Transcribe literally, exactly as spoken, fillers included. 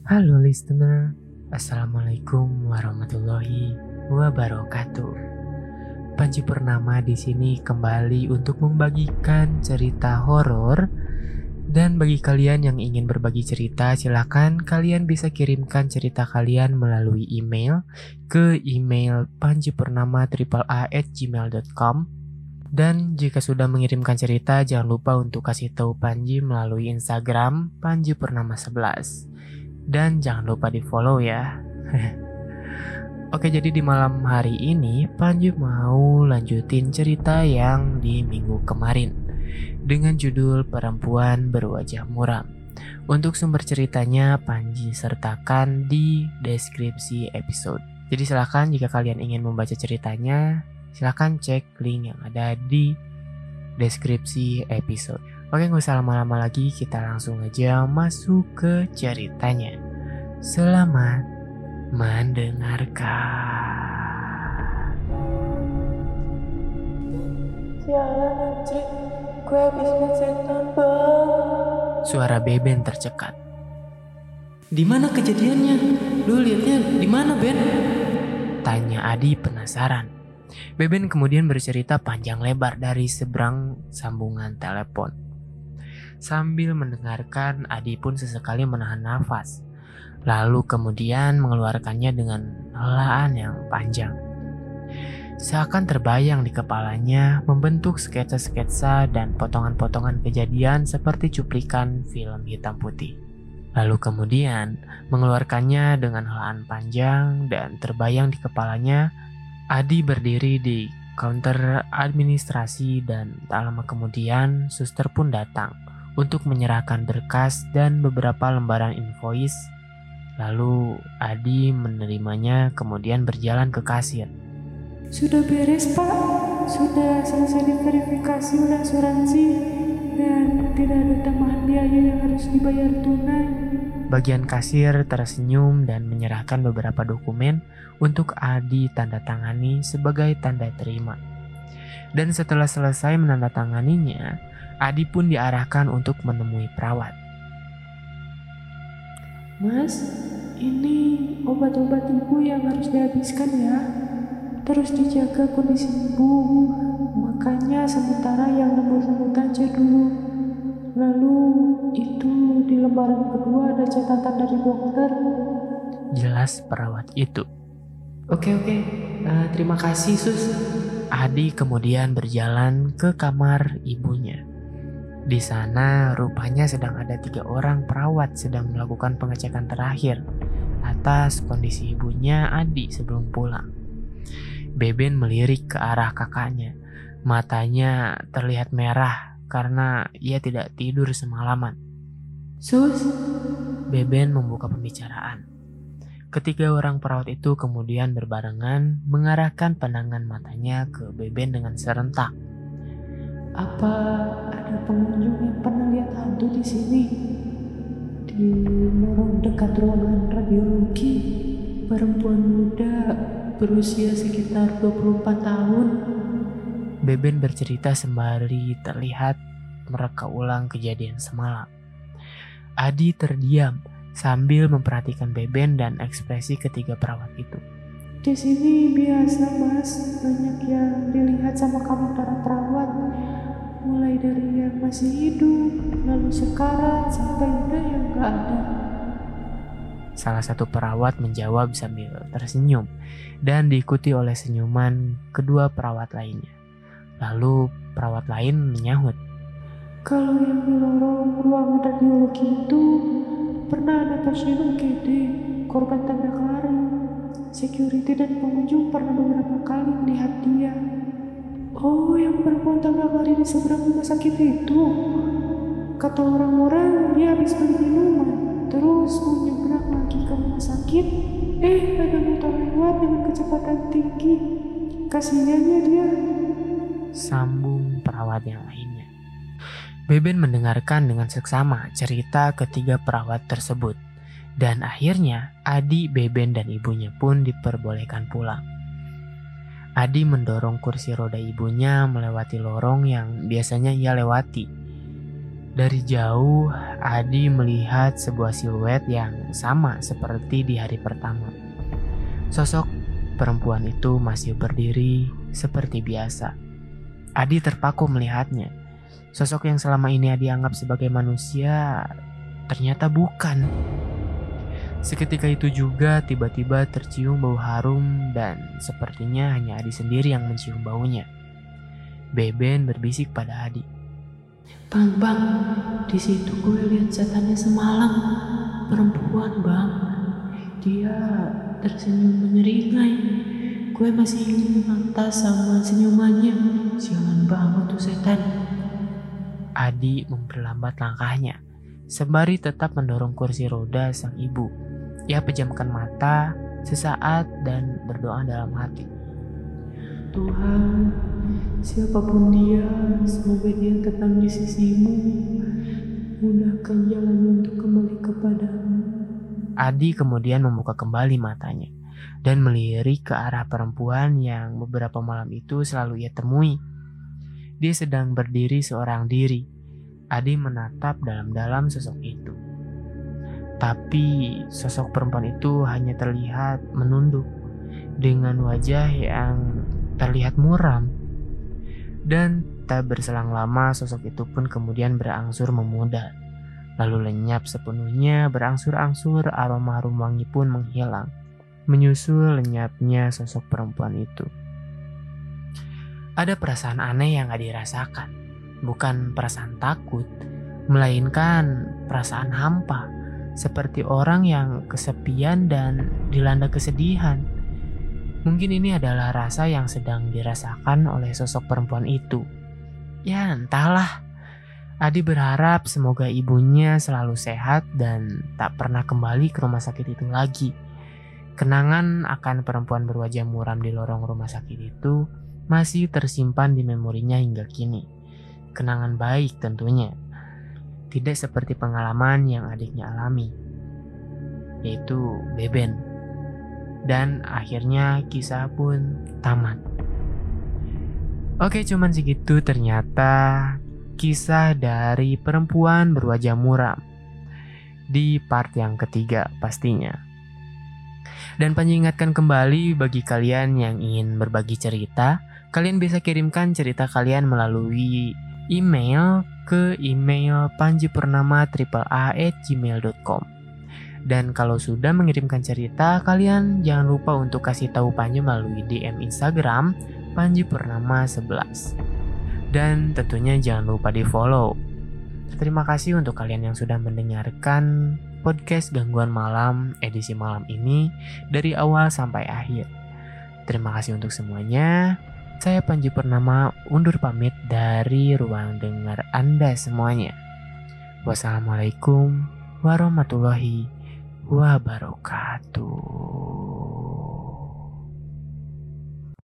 Halo listener, Assalamualaikum warahmatullahi wabarakatuh. Panji Purnama di sini kembali untuk membagikan cerita horor. Dan bagi kalian yang ingin berbagi cerita, silakan kalian bisa kirimkan cerita kalian melalui email ke email panjipurnama triple a at gmail dot com. Dan jika sudah mengirimkan cerita, jangan lupa untuk kasih tahu Panji melalui Instagram Panji Purnama sebelas. Dan jangan lupa di follow ya. Oke, jadi di malam hari ini Panji mau lanjutin cerita yang di minggu kemarin dengan judul Perempuan Berwajah Muram. Untuk sumber ceritanya Panji sertakan di deskripsi episode. Jadi silakan jika kalian ingin membaca ceritanya, silakan cek link yang ada di deskripsi episode. Oke, gak usah lama-lama lagi, kita langsung aja masuk ke ceritanya. Selamat mendengarkan. Sialan anjir, gue habis liat setan bang. Suara Beben tercekat. Di mana kejadiannya? Lu liatnya di mana, Ben? Tanya Adi penasaran. Beben kemudian bercerita panjang lebar dari seberang sambungan telepon. Sambil mendengarkan, Adi pun sesekali menahan nafas. Lalu kemudian mengeluarkannya dengan helaan yang panjang. Seakan terbayang di kepalanya membentuk sketsa-sketsa dan potongan-potongan kejadian seperti cuplikan film hitam putih. Lalu kemudian mengeluarkannya dengan helaan panjang dan terbayang di kepalanya Adi berdiri di counter administrasi dan tak lama kemudian suster pun datang untuk menyerahkan berkas dan beberapa lembaran invoice. Lalu Adi menerimanya kemudian berjalan ke kasir. Sudah beres pak, sudah selesai diverifikasi oleh asuransi dan tidak ada tambahan biaya yang harus dibayar tunai. Bagian kasir tersenyum dan menyerahkan beberapa dokumen untuk Adi tanda tangani sebagai tanda terima. Dan setelah selesai menandatanganinya, Adi pun diarahkan untuk menemui perawat. Mas, ini obat-obat ibu yang harus dihabiskan ya. Terus dijaga kondisi ibu. Makanya sementara yang lembut-lembut aja dulu. Lalu itu di lembaran kedua ada catatan dari dokter. Jelas perawat itu. Oke oke, uh, terima kasih sus. Adi kemudian berjalan ke kamar ibunya. Di sana rupanya sedang ada tiga orang perawat sedang melakukan pengecekan terakhir atas kondisi ibunya Adi sebelum pulang. Beben melirik ke arah kakaknya. Matanya terlihat merah karena ia tidak tidur semalaman. Sus, Beben membuka pembicaraan. Ketiga orang perawat itu kemudian berbarengan mengarahkan pandangan matanya ke Beben dengan serentak. apa ada pengunjung yang pernah lihat hantu di sini? Di lorong dekat ruangan radiologi, perempuan muda berusia sekitar dua puluh empat tahun. Beben bercerita sembari terlihat mereka ulang kejadian semalam. Adi terdiam sambil memperhatikan Beben dan ekspresi ketiga perawat itu. Di sini biasa mas, banyak yang dilihat sama kamu para perawat. Mulai dari yang masih hidup, lalu sekarat, sampai udah yang gak ada. Salah satu perawat menjawab sambil tersenyum dan diikuti oleh senyuman kedua perawat lainnya. Lalu perawat lain menyahut. Kalau yang di lorong ruangan radiologi itu pernah ada pasien U G D, korban tabrak lari. Security dan pengunjung pernah beberapa kali melihat dia. Oh, yang perempuan tabrak lari di seberang rumah sakit itu. Kata orang-orang dia habis beli minuman, terus mau nyebrang lagi ke rumah sakit. Eh, ada motor lewat dengan kecepatan tinggi. Kasihannya dia. Sambung perawat yang lainnya. Beben mendengarkan dengan seksama cerita ketiga perawat tersebut. Dan akhirnya Adi, Beben, dan ibunya pun diperbolehkan pulang. Adi mendorong kursi roda ibunya melewati lorong yang biasanya ia lewati. Dari jauh, Adi melihat sebuah siluet yang sama seperti di hari pertama. Sosok perempuan itu masih berdiri seperti biasa. Adi terpaku melihatnya. Sosok yang selama ini Adi anggap sebagai manusia ternyata bukan. Seketika itu juga tiba-tiba tercium bau harum dan sepertinya hanya Adi sendiri yang mencium baunya. Beben berbisik pada Adi. Bang, bang, di situ gue lihat setannya semalam. Perempuan, bang. Dia tersenyum menyeringai. Gue masih ingin mata sama senyumannya. Sialan banget tuh setan. Adi memperlambat langkahnya, sembari tetap mendorong kursi roda sang ibu. Ia pejamkan mata sesaat dan berdoa dalam hati. Tuhan, siapapun dia, semoga dia tetap di sisimu. Mudahkan jalannya untuk kembali kepadamu. Adi kemudian membuka kembali matanya dan melirik ke arah perempuan yang beberapa malam itu selalu ia temui. Dia sedang berdiri seorang diri. Adi menatap dalam-dalam sosok itu. Tapi sosok perempuan itu hanya terlihat menunduk dengan wajah yang terlihat muram. Dan tak berselang lama sosok itu pun kemudian berangsur memudar. Lalu lenyap sepenuhnya, berangsur-angsur aroma harum wangi pun menghilang, menyusul lenyapnya sosok perempuan itu. Ada perasaan aneh yang gak dirasakan. Bukan perasaan takut, melainkan perasaan hampa. Seperti orang yang kesepian dan dilanda kesedihan. Mungkin ini adalah rasa yang sedang dirasakan oleh sosok perempuan itu. Ya entahlah. Adi berharap semoga ibunya selalu sehat dan tak pernah kembali ke rumah sakit itu lagi. Kenangan akan perempuan berwajah muram di lorong rumah sakit itu masih tersimpan di memorinya hingga kini. Kenangan baik tentunya. Tidak seperti pengalaman yang adiknya alami, yaitu Beben. Dan akhirnya kisah pun tamat. Oke, cuman segitu ternyata kisah dari perempuan berwajah muram di part yang ketiga pastinya. Dan Panji ingatkan kembali bagi kalian yang ingin berbagi cerita, kalian bisa kirimkan cerita kalian melalui email ke email panjipurnama triple a at gmail dot com. Dan kalau sudah mengirimkan cerita, kalian jangan lupa untuk kasih tahu Panji melalui D M Instagram panjipurnama sebelas. Dan tentunya jangan lupa di follow. Terima kasih untuk kalian yang sudah mendengarkan podcast Gangguan Malam edisi malam ini dari awal sampai akhir. Terima kasih untuk semuanya. Saya Panji Purnama undur pamit dari ruang dengar Anda semuanya. Wassalamualaikum warahmatullahi wabarakatuh.